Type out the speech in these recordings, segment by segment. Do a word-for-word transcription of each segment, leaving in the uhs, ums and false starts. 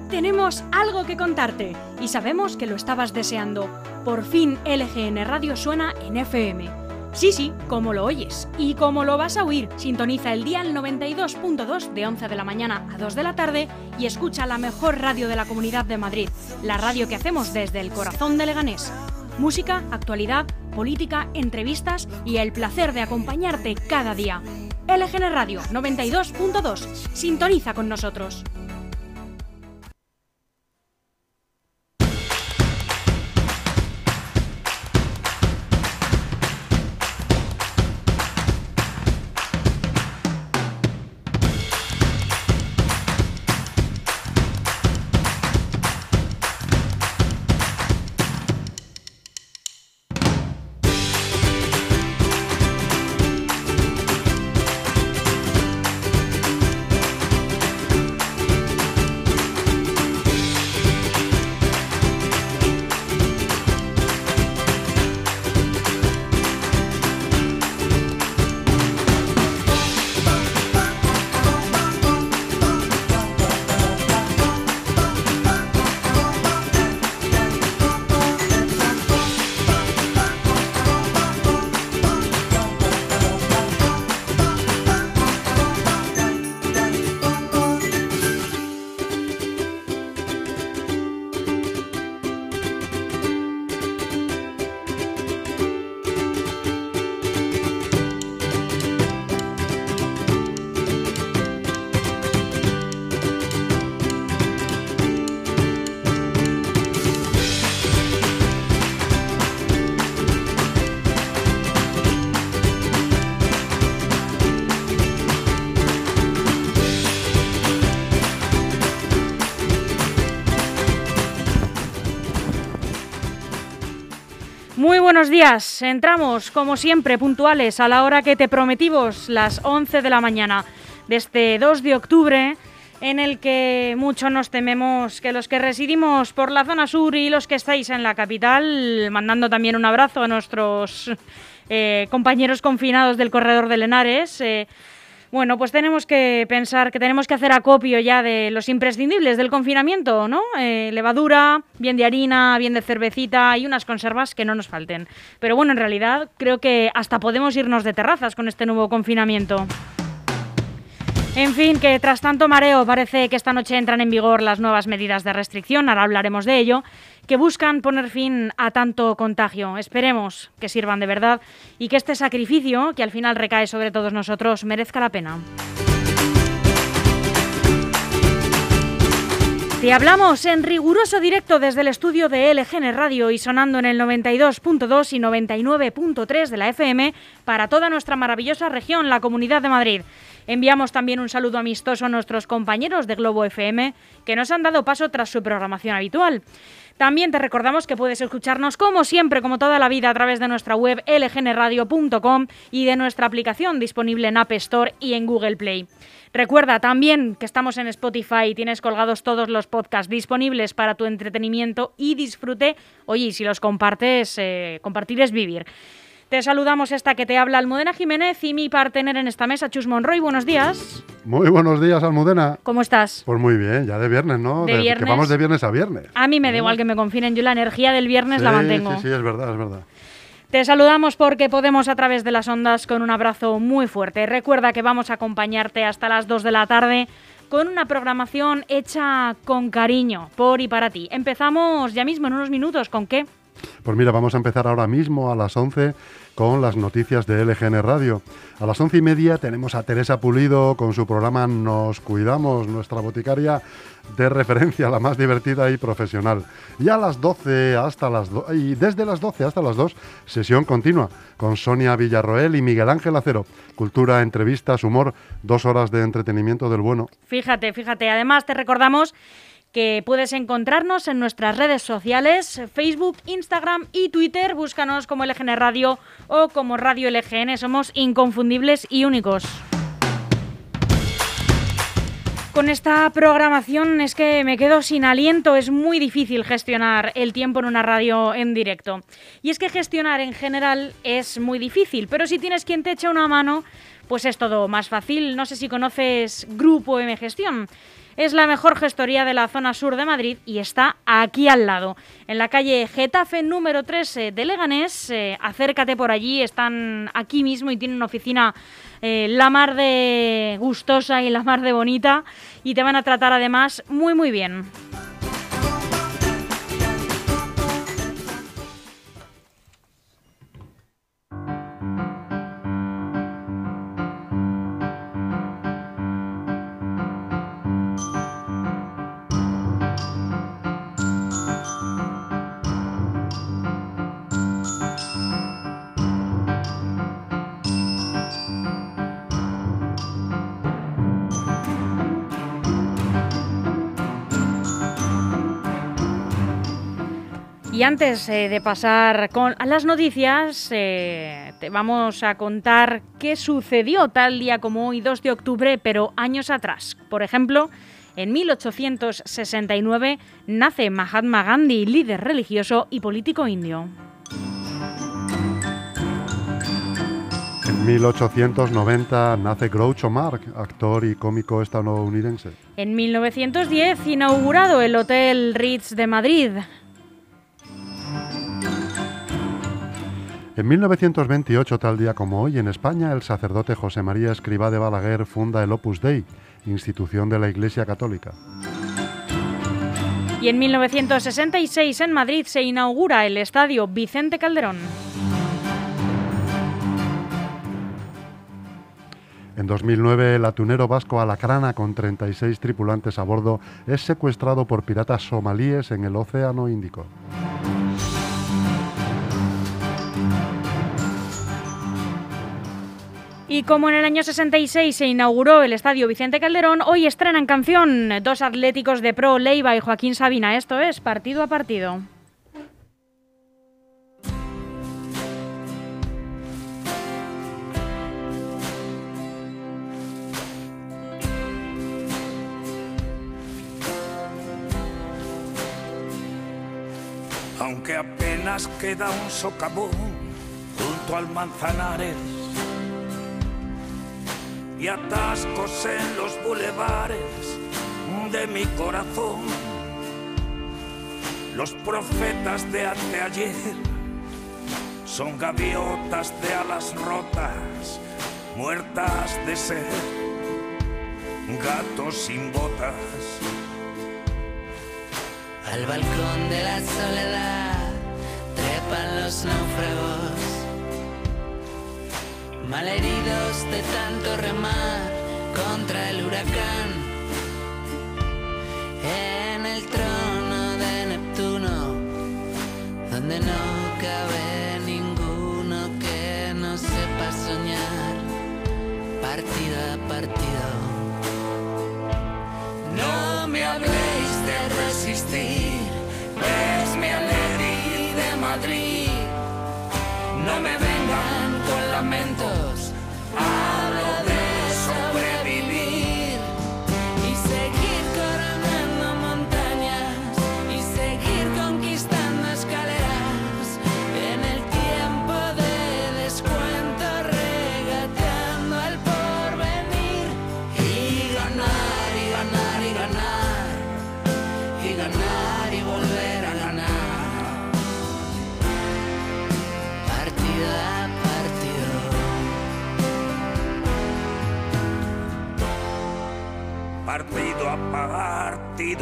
Tenemos algo que contarte y sabemos que lo estabas deseando. Por fin L G N Radio suena en F M. Sí, sí, como lo oyes y como lo vas a oír. Sintoniza el dial noventa y dos punto dos de once de la mañana a dos de la tarde y escucha la mejor radio de la Comunidad de Madrid, la radio que hacemos desde el corazón de Leganés. Música, actualidad, política, entrevistas y el placer de acompañarte cada día. L G N Radio noventa y dos punto dos. Sintoniza con nosotros. Muy buenos días, entramos como siempre puntuales a la hora que te prometimos, las once de la mañana de este dos de octubre, en el que mucho nos tememos que los que residimos por la zona sur y los que estáis en la capital, mandando también un abrazo a nuestros eh, compañeros confinados del corredor de Lenares, eh, bueno, pues tenemos que pensar que tenemos que hacer acopio ya de los imprescindibles del confinamiento, ¿no? Eh, levadura, bien de harina, bien de cervecita y unas conservas que no nos falten. Pero bueno, en realidad creo que hasta podemos irnos de terrazas con este nuevo confinamiento. En fin, que tras tanto mareo parece que esta noche entran en vigor las nuevas medidas de restricción, ahora hablaremos de ello, que buscan poner fin a tanto contagio. Esperemos que sirvan de verdad y que este sacrificio, que al final recae sobre todos nosotros, merezca la pena. Te hablamos en riguroso directo desde el estudio de L G N Radio y sonando en el noventa y dos punto dos y noventa y nueve punto tres de la F M para toda nuestra maravillosa región, la Comunidad de Madrid. Enviamos también un saludo amistoso a nuestros compañeros de Globo F M que nos han dado paso tras su programación habitual. También te recordamos que puedes escucharnos como siempre, como toda la vida, a través de nuestra web l g n radio punto com y de nuestra aplicación disponible en App Store y en Google Play. Recuerda también que estamos en Spotify y tienes colgados todos los podcasts disponibles para tu entretenimiento y disfrute. Oye, y si los compartes, eh, compartir es vivir. Te saludamos esta que te habla Almudena Jiménez y mi partener en esta mesa, Chus Monroy. Buenos días. Muy buenos días, Almudena. ¿Cómo estás? Pues muy bien, ya de viernes, ¿no? De, de viernes. Que vamos de viernes a viernes. A mí me da igual que me confinen, yo la energía del viernes sí, la mantengo. Sí, sí, es verdad, es verdad. Te saludamos porque podemos a través de las ondas con un abrazo muy fuerte. Recuerda que vamos a acompañarte hasta las dos de la tarde con una programación hecha con cariño, por y para ti. Empezamos ya mismo en unos minutos, ¿con qué? Pues mira, vamos a empezar ahora mismo a las once con las noticias de L G N Radio. A las once y media tenemos a Teresa Pulido con su programa Nos Cuidamos, nuestra boticaria de referencia, la más divertida y profesional. Y a las doce hasta las do- y desde las doce hasta las dos, sesión continua con Sonia Villarroel y Miguel Ángel Acero. Cultura, entrevistas, humor, dos horas de entretenimiento del bueno. Fíjate, fíjate. Además te recordamos que puedes encontrarnos en nuestras redes sociales, Facebook, Instagram y Twitter. Búscanos como L G N Radio o como Radio L G N. Somos inconfundibles y únicos. Con esta programación es que me quedo sin aliento. Es muy difícil gestionar el tiempo en una radio en directo. Y es que gestionar en general es muy difícil, pero si tienes quien te echa una mano, pues es todo más fácil. No sé si conoces Grupo M Gestión. es la mejor gestoría de la zona sur de Madrid y está aquí al lado, en la calle Getafe número tres de Leganés. Eh, acércate por allí, están aquí mismo y tienen una oficina eh, la mar de gustosa y la mar de bonita, y te van a tratar además muy muy bien. Y antes eh, de pasar con a las noticias, eh, te vamos a contar qué sucedió tal día como hoy, dos de octubre, pero años atrás. Por ejemplo, en mil ochocientos sesenta y nueve nace Mahatma Gandhi, líder religioso y político indio. En mil ochocientos noventa nace Groucho Marx, actor y cómico estadounidense. En mil novecientos diez, inaugurado el Hotel Ritz de Madrid. En mil novecientos veintiocho, tal día como hoy, en España, el sacerdote José María Escrivá de Balaguer funda el Opus Dei, institución de la Iglesia Católica. Y en mil novecientos sesenta y seis, en Madrid, se inaugura el Estadio Vicente Calderón. En dos mil nueve, el atunero vasco Alacrana, con treinta y seis tripulantes a bordo, es secuestrado por piratas somalíes en el Océano Índico. Y como en el año sesenta y seis se inauguró el Estadio Vicente Calderón, hoy estrenan canción dos atléticos de Pro, Leiva y Joaquín Sabina. Esto es Partido a Partido. Aunque apenas queda un socavón junto al Manzanares y atascos en los bulevares de mi corazón, los profetas de anteayer son gaviotas de alas rotas, muertas de sed, gatos sin botas. Al balcón de la soledad trepan los náufragos, malheridos de tanto remar contra el huracán. En el trono de Neptuno, donde no cabe ninguno que no sepa soñar, partido a partido. No me habléis de resistir, es mi Alegría de Madrid. No me vengan con lamentos, hablo de sobrevivir y seguir coronando montañas y seguir conquistando escaleras en el tiempo de descuento, regateando al porvenir y ganar y ganar y ganar y ganar y volver a ganar. Partido a partido. Partido a partido.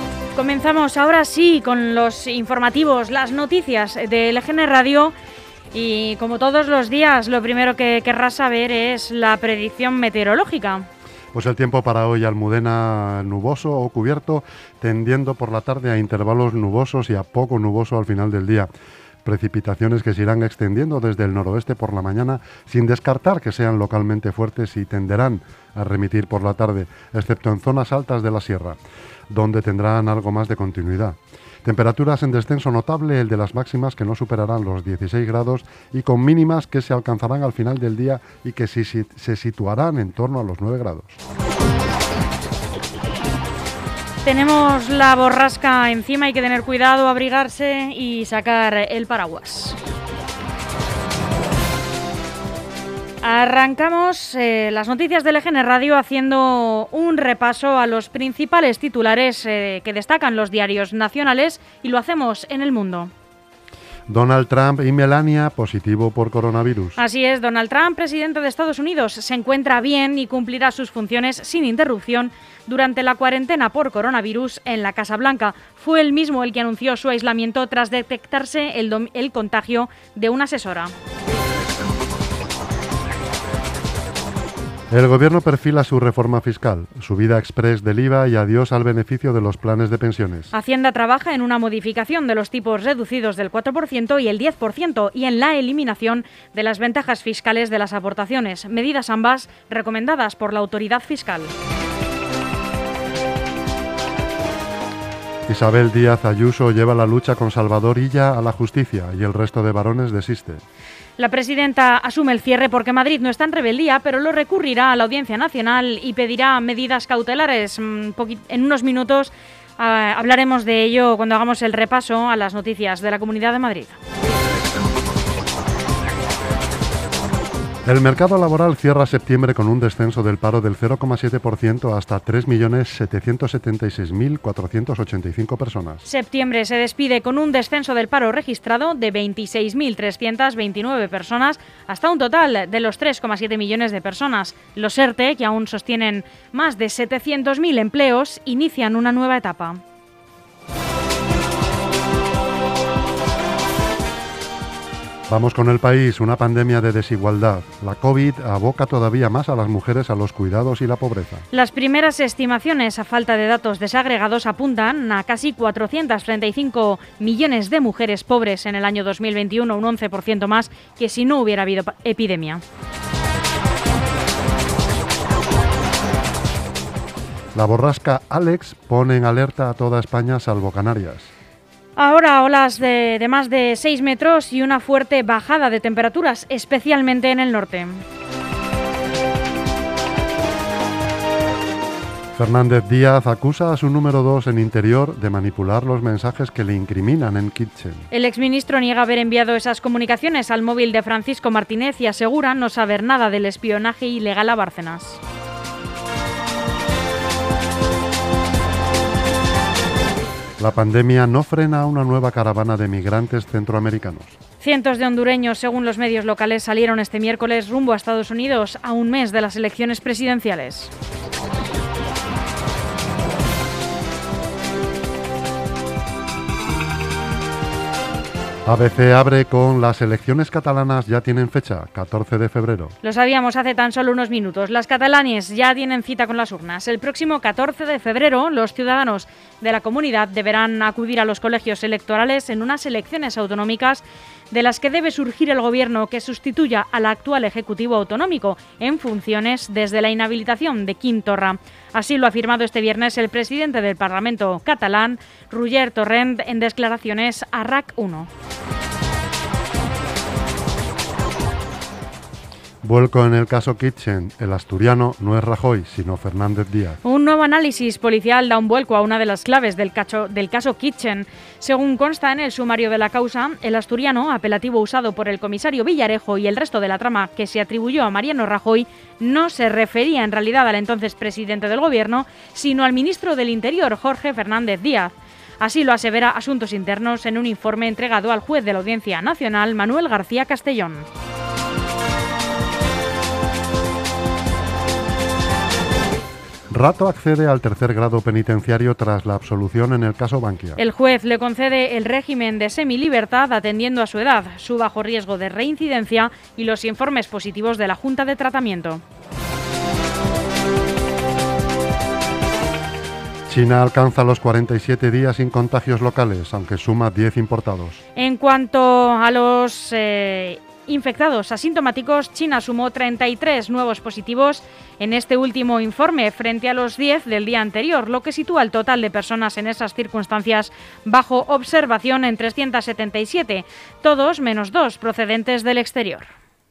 Comenzamos ahora sí con los informativos, las noticias de L G N Radio, Y como todos los días, lo primero que querrás saber es la predicción meteorológica. Pues el tiempo para hoy: Almudena nuboso o cubierto, tendiendo por la tarde a intervalos nubosos y a poco nuboso al final del día. Precipitaciones que se irán extendiendo desde el noroeste por la mañana, sin descartar que sean localmente fuertes, y tenderán a remitir por la tarde, excepto en zonas altas de la sierra, donde tendrán algo más de continuidad. Temperaturas en descenso notable, el de las máximas, que no superarán los dieciséis grados, y con mínimas que se alcanzarán al final del día y que se, se situarán en torno a los nueve grados. Tenemos la borrasca encima, hay que tener cuidado, abrigarse y sacar el paraguas. Arrancamos eh, las noticias del E G N Radio haciendo un repaso a los principales titulares eh, que destacan los diarios nacionales, y lo hacemos en El Mundo. Donald Trump y Melania positivo por coronavirus. Así es, Donald Trump, presidente de Estados Unidos, se encuentra bien y cumplirá sus funciones sin interrupción durante la cuarentena por coronavirus en la Casa Blanca. Fue él mismo el que anunció su aislamiento tras detectarse el, dom- el contagio de una asesora. El Gobierno perfila su reforma fiscal, subida express del I V A y adiós al beneficio de los planes de pensiones. Hacienda trabaja en una modificación de los tipos reducidos del cuatro por ciento y el diez por ciento y en la eliminación de las ventajas fiscales de las aportaciones, medidas ambas recomendadas por la autoridad fiscal. Isabel Díaz Ayuso lleva la lucha con Salvador Illa a la justicia y el resto de varones desiste. La presidenta asume el cierre porque Madrid no está en rebeldía, pero lo recurrirá a la Audiencia Nacional y pedirá medidas cautelares. En unos minutos uh, hablaremos de ello cuando hagamos el repaso a las noticias de la Comunidad de Madrid. El mercado laboral cierra septiembre con un descenso del paro del cero coma siete por ciento hasta tres millones setecientos setenta y seis mil cuatrocientos ochenta y cinco personas. Septiembre se despide con un descenso del paro registrado de veintiséis mil trescientos veintinueve personas hasta un total de los tres coma siete millones de personas. Los ERTE, que aún sostienen más de setecientos mil empleos, inician una nueva etapa. Vamos con El País. Una pandemia de desigualdad. La COVID aboca todavía más a las mujeres a los cuidados y la pobreza. Las primeras estimaciones, a falta de datos desagregados, apuntan a casi cuatrocientos treinta y cinco millones de mujeres pobres en el año dos mil veintiuno, un once por ciento más que si no hubiera habido epidemia. La borrasca Alex pone en alerta a toda España salvo Canarias. Ahora olas de, de más de seis metros y una fuerte bajada de temperaturas, especialmente en el norte. Fernández Díaz acusa a su número dos en Interior de manipular los mensajes que le incriminan en Kitchen. El exministro niega haber enviado esas comunicaciones al móvil de Francisco Martínez y asegura no saber nada del espionaje ilegal a Bárcenas. La pandemia no frena a una nueva caravana de migrantes centroamericanos. Cientos de hondureños, según los medios locales, salieron este miércoles rumbo a Estados Unidos a un mes de las elecciones presidenciales. A B C abre con las elecciones catalanas ya tienen fecha, catorce de febrero. Lo sabíamos hace tan solo unos minutos. Las catalanes ya tienen cita con las urnas. El próximo catorce de febrero, los ciudadanos de la comunidad deberán acudir a los colegios electorales en unas elecciones autonómicas de las que debe surgir el gobierno que sustituya al actual Ejecutivo Autonómico en funciones desde la inhabilitación de Quim Torra. Así lo ha afirmado este viernes el presidente del Parlamento catalán, Roger Torrent, en declaraciones a R A C uno. Vuelco en el caso Kitchen. El asturiano no es Rajoy, sino Fernández Díaz. Un nuevo análisis policial da un vuelco a una de las claves del, cacho, del caso Kitchen. Según consta en el sumario de la causa, el asturiano, apelativo usado por el comisario Villarejo y el resto de la trama que se atribuyó a Mariano Rajoy, no se refería en realidad al entonces presidente del gobierno, sino al ministro del Interior, Jorge Fernández Díaz. Así lo asevera Asuntos Internos en un informe entregado al juez de la Audiencia Nacional, Manuel García Castellón. Rato accede al tercer grado penitenciario tras la absolución en el caso Bankia. El juez le concede el régimen de semilibertad atendiendo a su edad, su bajo riesgo de reincidencia y los informes positivos de la Junta de Tratamiento. China alcanza los cuarenta y siete días sin contagios locales, aunque suma diez importados. En cuanto a los eh, infectados asintomáticos, China sumó treinta y tres nuevos positivos en este último informe, frente a los diez del día anterior, lo que sitúa el total de personas en esas circunstancias bajo observación en trescientos setenta y siete, todos menos dos procedentes del exterior.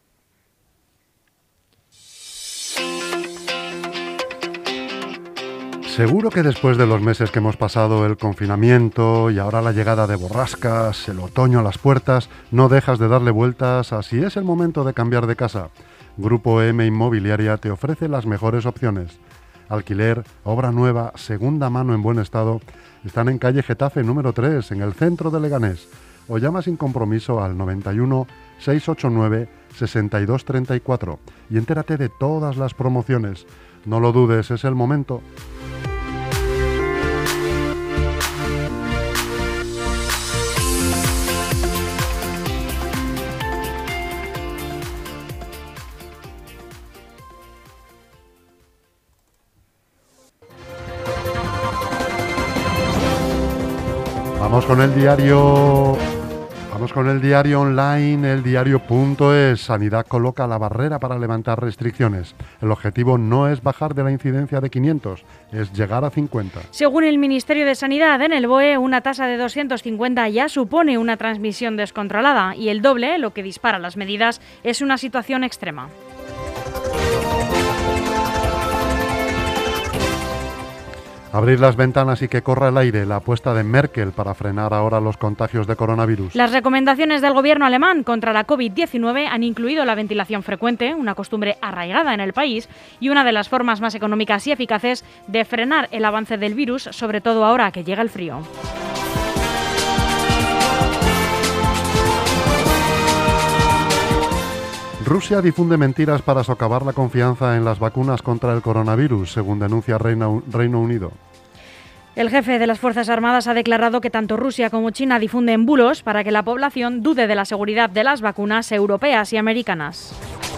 Seguro que después de los meses que hemos pasado el confinamiento y ahora la llegada de borrascas, el otoño a las puertas, no dejas de darle vueltas a si es el momento de cambiar de casa. Grupo M Inmobiliaria te ofrece las mejores opciones. Alquiler, obra nueva, segunda mano en buen estado. Están en calle Getafe número tres, en el centro de Leganés. O llama sin compromiso al noventa y uno, seiscientos ochenta y nueve, sesenta y dos treinta y cuatro y entérate de todas las promociones. No lo dudes, es el momento. Vamos con el diario, vamos con el diario online, el diario punto es. Sanidad coloca la barrera para levantar restricciones. El objetivo no es bajar de la incidencia de quinientos, es llegar a cincuenta. Según el Ministerio de Sanidad, en el B O E, una tasa de doscientos cincuenta ya supone una transmisión descontrolada y el doble, lo que dispara las medidas, es una situación extrema. Abrir las ventanas y que corra el aire, la apuesta de Merkel para frenar ahora los contagios de coronavirus. Las recomendaciones del gobierno alemán contra la COVID diecinueve han incluido la ventilación frecuente, una costumbre arraigada en el país y una de las formas más económicas y eficaces de frenar el avance del virus, sobre todo ahora que llega el frío. Rusia difunde mentiras para socavar la confianza en las vacunas contra el coronavirus, según denuncia Reino, Reino Unido. El jefe de las Fuerzas Armadas ha declarado que tanto Rusia como China difunden bulos para que la población dude de la seguridad de las vacunas europeas y americanas.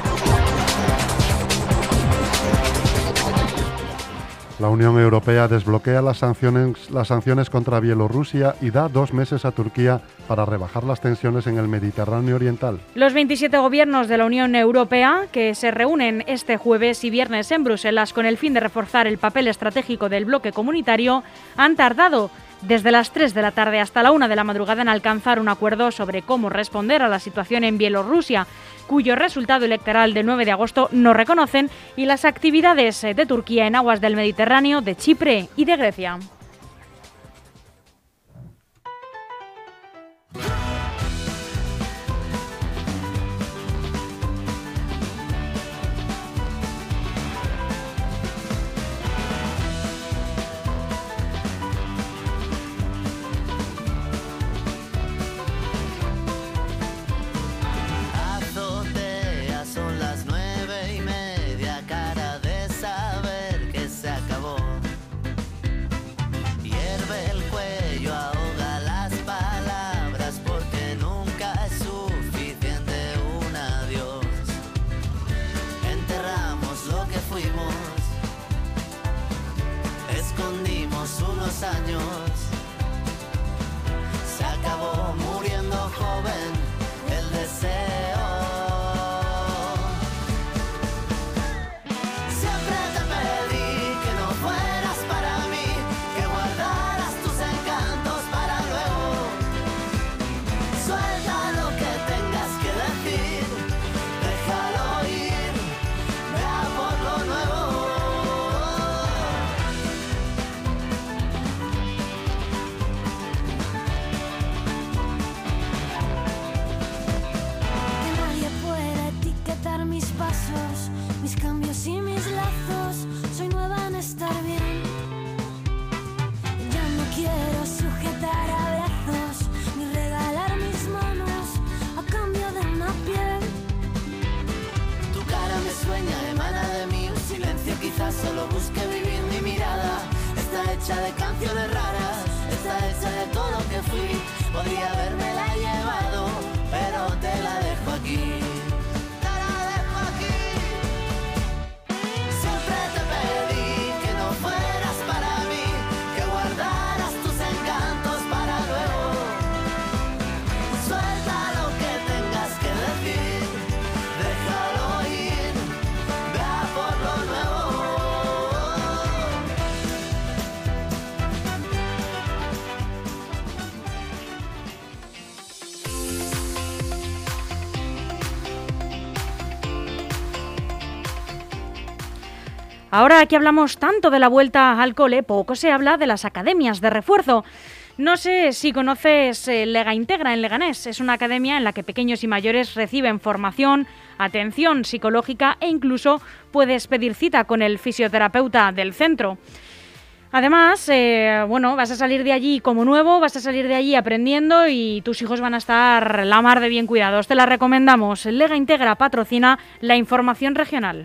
La Unión Europea desbloquea las sanciones, las sanciones contra Bielorrusia y da dos meses a Turquía para rebajar las tensiones en el Mediterráneo oriental. Los veintisiete gobiernos de la Unión Europea, que se reúnen este jueves y viernes en Bruselas con el fin de reforzar el papel estratégico del bloque comunitario, han tardado desde las tres de la tarde hasta la una de la madrugada en alcanzar un acuerdo sobre cómo responder a la situación en Bielorrusia, cuyo resultado electoral del nueve de agosto no reconocen, y las actividades de Turquía en aguas del Mediterráneo, de Chipre y de Grecia. Años se acabó muriendo joven el deseo. Siempre te pedí que no fueras para mí, que guardaras tus encantos para luego. Suelta lo que tengas que decir, déjalo ir, vea por lo nuevo. Mis cambios y mis lazos, soy nueva en estar bien. Ya no quiero sujetar abrazos, ni regalar mis manos a cambio de una piel. Tu cara me sueña, emana de mí un silencio, quizás solo busque vivir mi está hecha de canciones raras, está hecha de todo lo que fui. Podría habérmela llevado, pero te la dejo aquí. Te la dejo aquí. Siempre te pedí que no fueras para mí, que guardaras tus encantos para luego. Suelta lo que tengas que decir, déjalo ir, ve a por lo nuevo. Ahora que hablamos tanto de la vuelta al cole, poco se habla de las academias de refuerzo. No sé si conoces eh, Lega Integra en Leganés. Es una academia en la que pequeños y mayores reciben formación, atención psicológica e incluso puedes pedir cita con el fisioterapeuta del centro. Además, eh, bueno, vas a salir de allí como nuevo, vas a salir de allí aprendiendo y tus hijos van a estar la mar de bien cuidados. Te la recomendamos. Lega Integra patrocina la información regional.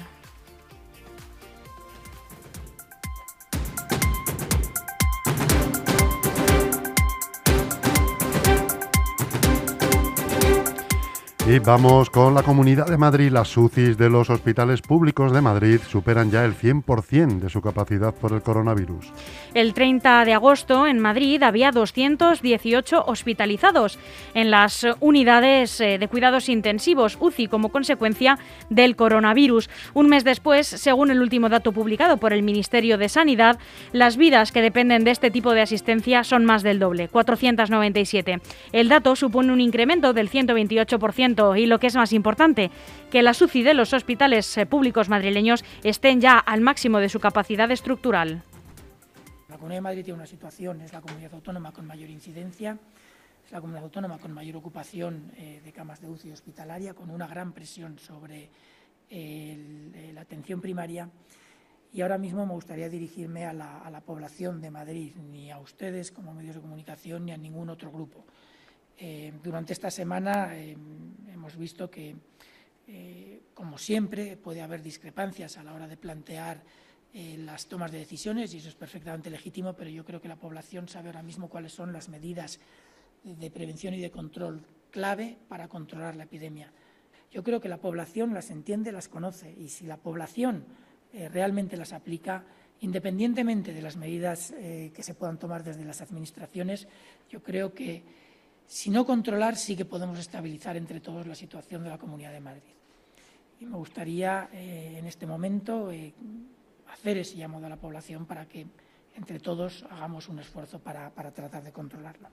Y vamos con la Comunidad de Madrid. Las U C Is de los hospitales públicos de Madrid superan ya el cien por ciento de su capacidad por el coronavirus. El treinta de agosto en Madrid había doscientos dieciocho hospitalizados en las unidades de cuidados intensivos U C I como consecuencia del coronavirus. Un mes después, según el último dato publicado por el Ministerio de Sanidad, las vidas que dependen de este tipo de asistencia son más del doble, cuatrocientos noventa y siete. El dato supone un incremento del ciento veintiocho por ciento y lo que es más importante, que las U C I de los hospitales públicos madrileños estén ya al máximo de su capacidad estructural. La Comunidad de Madrid tiene una situación, es la comunidad autónoma con mayor incidencia, es la comunidad autónoma con mayor ocupación eh, de camas de U C I hospitalaria, con una gran presión sobre el, eh, la atención primaria. Y ahora mismo me gustaría dirigirme a la, a la población de Madrid, ni a ustedes como medios de comunicación, ni a ningún otro grupo. Eh, durante esta semana eh, hemos visto que, eh, como siempre, puede haber discrepancias a la hora de plantear eh, las tomas de decisiones y eso es perfectamente legítimo, pero yo creo que la población sabe ahora mismo cuáles son las medidas de prevención y de control clave para controlar la epidemia. Yo creo que la población las entiende, las conoce y si la población eh, realmente las aplica, independientemente de las medidas eh, que se puedan tomar desde las administraciones, yo creo que si no controlar, sí que podemos estabilizar entre todos la situación de la Comunidad de Madrid. Y me gustaría, eh, en este momento, eh, hacer ese llamado a la población para que, entre todos, hagamos un esfuerzo para, para tratar de controlarlo.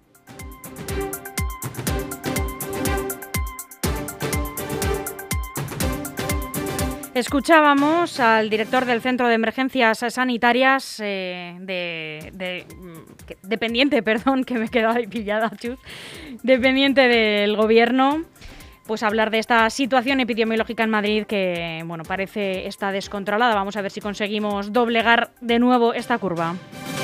Escuchábamos al director del Centro de Emergencias Sanitarias, eh, de, de, que, dependiente, perdón, que me he quedado ahí pillada, chus, dependiente del Gobierno, pues hablar de esta situación epidemiológica en Madrid que, bueno, parece está descontrolada. Vamos a ver si conseguimos doblegar de nuevo esta curva.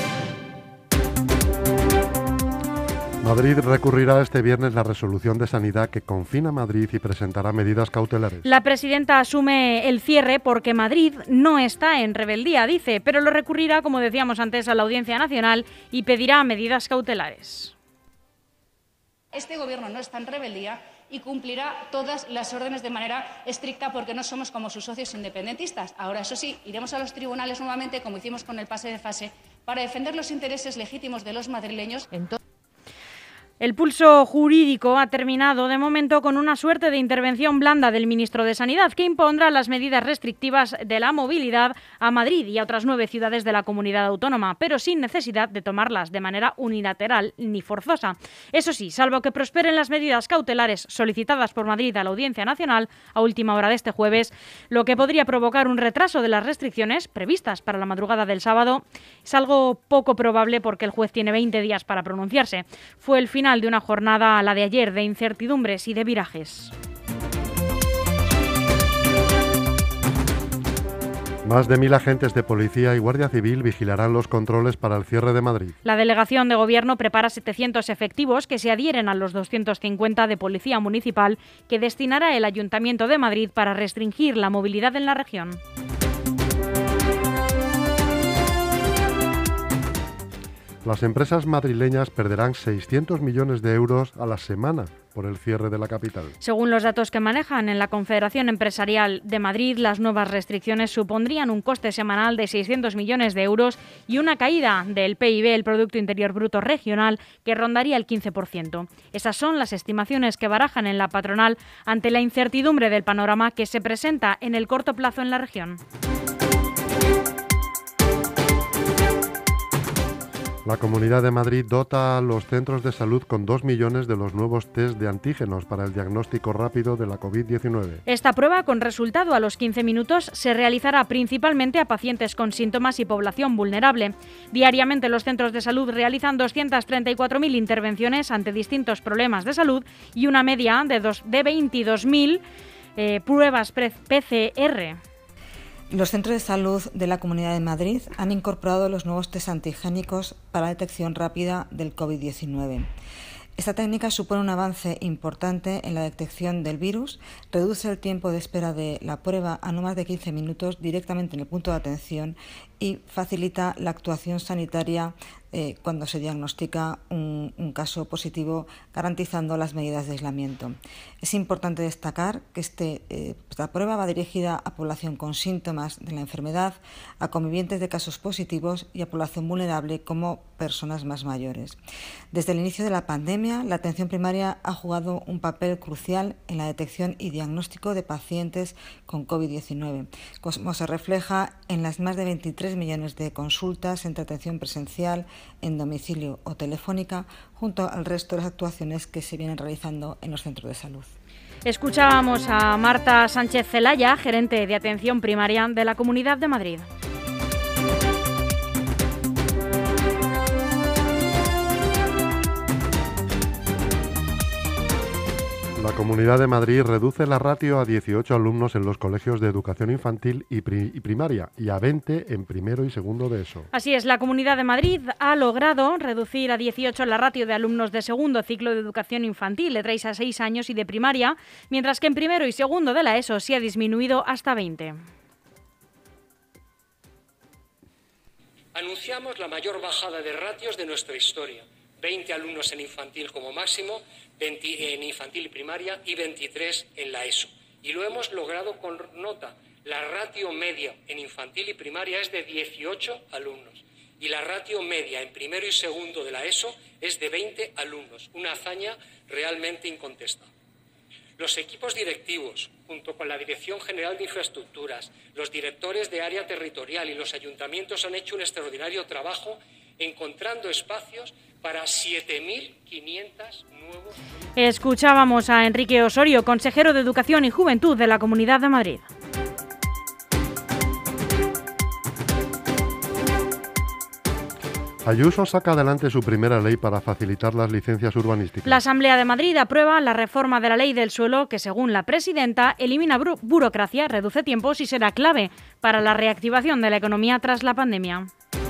Madrid recurrirá este viernes la resolución de Sanidad que confina Madrid y presentará medidas cautelares. La presidenta asume el cierre porque Madrid no está en rebeldía, dice, pero lo recurrirá, como decíamos antes, a la Audiencia Nacional y pedirá medidas cautelares. Este Gobierno no está en rebeldía y cumplirá todas las órdenes de manera estricta porque no somos como sus socios independentistas. Ahora, eso sí, iremos a los tribunales nuevamente, como hicimos con el pase de fase, para defender los intereses legítimos de los madrileños. Entonces, el pulso jurídico ha terminado de momento con una suerte de intervención blanda del ministro de Sanidad que impondrá las medidas restrictivas de la movilidad a Madrid y a otras nueve ciudades de la comunidad autónoma, pero sin necesidad de tomarlas de manera unilateral ni forzosa. Eso sí, salvo que prosperen las medidas cautelares solicitadas por Madrid a la Audiencia Nacional a última hora de este jueves, lo que podría provocar un retraso de las restricciones previstas para la madrugada del sábado es algo poco probable porque el juez tiene veinte días para pronunciarse. Fue el final de una jornada, la de ayer, de incertidumbres y de virajes. Más de mil agentes de policía y guardia civil vigilarán los controles para el cierre de Madrid. La delegación de gobierno prepara setecientos efectivos que se adhieren a los doscientos cincuenta de policía municipal que destinará el Ayuntamiento de Madrid para restringir la movilidad en la región. Las empresas madrileñas perderán seiscientos millones de euros a la semana por el cierre de la capital. Según los datos que manejan en la Confederación Empresarial de Madrid, las nuevas restricciones supondrían un coste semanal de seiscientos millones de euros y una caída del P I B, el Producto Interior Bruto Regional, que rondaría el quince por ciento. Esas son las estimaciones que barajan en la patronal ante la incertidumbre del panorama que se presenta en el corto plazo en la región. La Comunidad de Madrid dota a los centros de salud con dos millones de los nuevos test de antígenos para el diagnóstico rápido de la covid diecinueve. Esta prueba, con resultado a los quince minutos, se realizará principalmente a pacientes con síntomas y población vulnerable. Diariamente los centros de salud realizan doscientas treinta y cuatro mil intervenciones ante distintos problemas de salud y una media de, dos, de veintidós mil eh, pruebas P C R. Los centros de salud de la Comunidad de Madrid han incorporado los nuevos test antigénicos para la detección rápida del covid diecinueve. Esta técnica supone un avance importante en la detección del virus, reduce el tiempo de espera de la prueba a no más de quince minutos directamente en el punto de atención y facilita la actuación sanitaria eh, cuando se diagnostica un, un caso positivo, garantizando las medidas de aislamiento. Es importante destacar que este, eh, esta prueba va dirigida a población con síntomas de la enfermedad, a convivientes de casos positivos y a población vulnerable como personas más mayores. Desde el inicio de la pandemia, la atención primaria ha jugado un papel crucial en la detección y diagnóstico de pacientes con covid diecinueve, como se refleja en las más de veintitrés millones de consultas entre atención presencial, en domicilio o telefónica, junto al resto de las actuaciones que se vienen realizando en los centros de salud. Escuchábamos a Marta Sánchez Celaya, gerente de atención primaria de la Comunidad de Madrid. La Comunidad de Madrid reduce la ratio a dieciocho alumnos en los colegios de educación infantil y, pri- y primaria y a veinte en primero y segundo de ESO. Así es, la Comunidad de Madrid ha logrado reducir a dieciocho la ratio de alumnos de segundo ciclo de educación infantil, de tres a seis años y de primaria, mientras que en primero y segundo de la ESO se ha disminuido hasta veinte. Anunciamos la mayor bajada de ratios de nuestra historia. veinte alumnos en infantil como máximo, veinte en infantil y primaria y veintitrés en la ESO. Y lo hemos logrado con nota. La ratio media en infantil y primaria es de dieciocho alumnos y la ratio media en primero y segundo de la ESO es de veinte alumnos. Una hazaña realmente incontestable. Los equipos directivos, junto con la Dirección General de Infraestructuras, los directores de área territorial y los ayuntamientos han hecho un extraordinario trabajo encontrando espacios para siete mil quinientos nuevos... Escuchábamos a Enrique Osorio, consejero de Educación y Juventud de la Comunidad de Madrid. Ayuso saca adelante su primera ley para facilitar las licencias urbanísticas. La Asamblea de Madrid aprueba la reforma de la ley del suelo que, según la presidenta, elimina buro- burocracia, reduce tiempos y será clave para la reactivación de la economía tras la pandemia.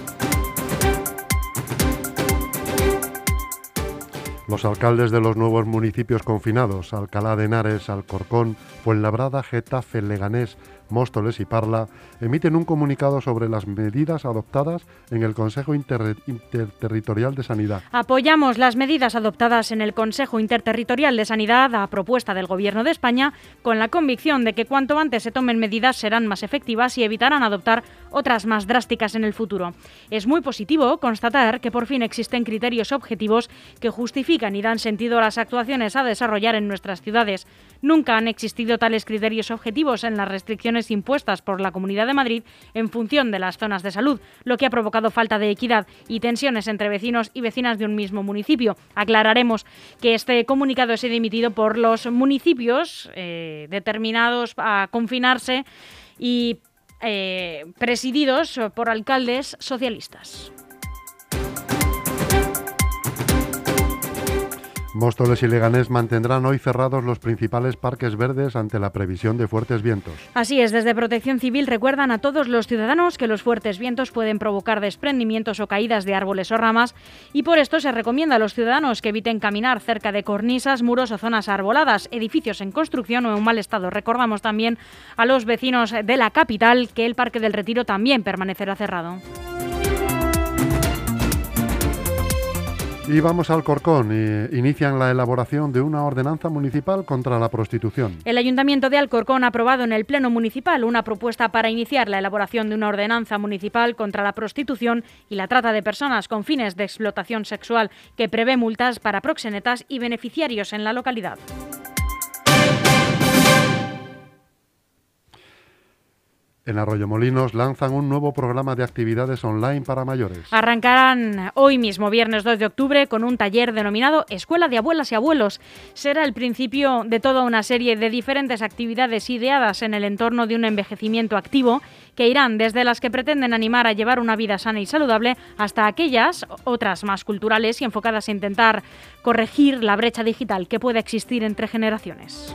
Los alcaldes de los nuevos municipios confinados, Alcalá de Henares, Alcorcón, Fuenlabrada, Getafe, Leganés, Móstoles y Parla, emiten un comunicado sobre las medidas adoptadas en el Consejo Inter- Interterritorial de Sanidad. Apoyamos las medidas adoptadas en el Consejo Interterritorial de Sanidad a propuesta del Gobierno de España, con la convicción de que cuanto antes se tomen medidas serán más efectivas y evitarán adoptar otras más drásticas en el futuro. Es muy positivo constatar que por fin existen criterios objetivos que justifican y dan sentido a las actuaciones a desarrollar en nuestras ciudades. Nunca han existido tales criterios objetivos en las restricciones impuestas por la Comunidad de Madrid en función de las zonas de salud, lo que ha provocado falta de equidad y tensiones entre vecinos y vecinas de un mismo municipio. Aclararemos que este comunicado es emitido por los municipios eh, determinados a confinarse y eh, presididos por alcaldes socialistas. Móstoles y Leganés mantendrán hoy cerrados los principales parques verdes ante la previsión de fuertes vientos. Así es, desde Protección Civil recuerdan a todos los ciudadanos que los fuertes vientos pueden provocar desprendimientos o caídas de árboles o ramas y por esto se recomienda a los ciudadanos que eviten caminar cerca de cornisas, muros o zonas arboladas, edificios en construcción o en mal estado. Recordamos también a los vecinos de la capital que el Parque del Retiro también permanecerá cerrado. Y vamos al Alcorcón. Y inician la elaboración de una ordenanza municipal contra la prostitución. El Ayuntamiento de Alcorcón ha aprobado en el Pleno Municipal una propuesta para iniciar la elaboración de una ordenanza municipal contra la prostitución y la trata de personas con fines de explotación sexual, que prevé multas para proxenetas y beneficiarios en la localidad. En Arroyomolinos lanzan un nuevo programa de actividades online para mayores. Arrancarán hoy mismo, viernes dos de octubre, con un taller denominado Escuela de Abuelas y Abuelos. Será el principio de toda una serie de diferentes actividades ideadas en el entorno de un envejecimiento activo, que irán desde las que pretenden animar a llevar una vida sana y saludable hasta aquellas, otras más culturales y enfocadas a intentar corregir la brecha digital que puede existir entre generaciones.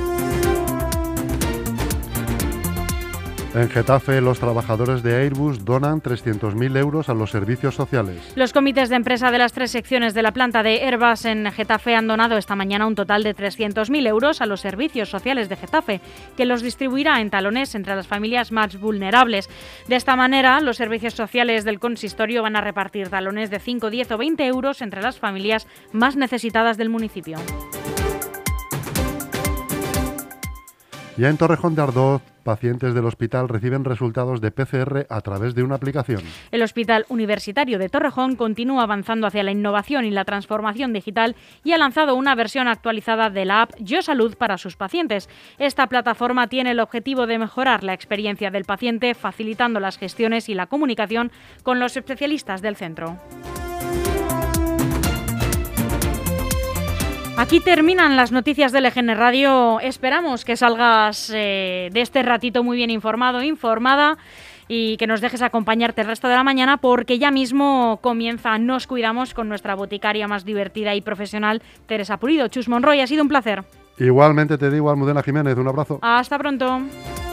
En Getafe, los trabajadores de Airbus donan trescientos mil euros a los servicios sociales. Los comités de empresa de las tres secciones de la planta de Airbus en Getafe han donado esta mañana un total de trescientos mil euros a los servicios sociales de Getafe, que los distribuirá en talones entre las familias más vulnerables. De esta manera, los servicios sociales del consistorio van a repartir talones de cinco, diez o veinte euros entre las familias más necesitadas del municipio. Ya en Torrejón de Ardoz, pacientes del hospital reciben resultados de P C R a través de una aplicación. El Hospital Universitario de Torrejón continúa avanzando hacia la innovación y la transformación digital y ha lanzado una versión actualizada de la app Yo Salud para sus pacientes. Esta plataforma tiene el objetivo de mejorar la experiencia del paciente, facilitando las gestiones y la comunicación con los especialistas del centro. Aquí terminan las noticias de L G N Radio. Esperamos que salgas eh, de este ratito muy bien informado, informada, y que nos dejes acompañarte el resto de la mañana, porque ya mismo comienza Nos Cuidamos con nuestra boticaria más divertida y profesional, Teresa Pulido. Chus Monroy, ha sido un placer. Igualmente te digo, Almudena Jiménez, un abrazo. Hasta pronto.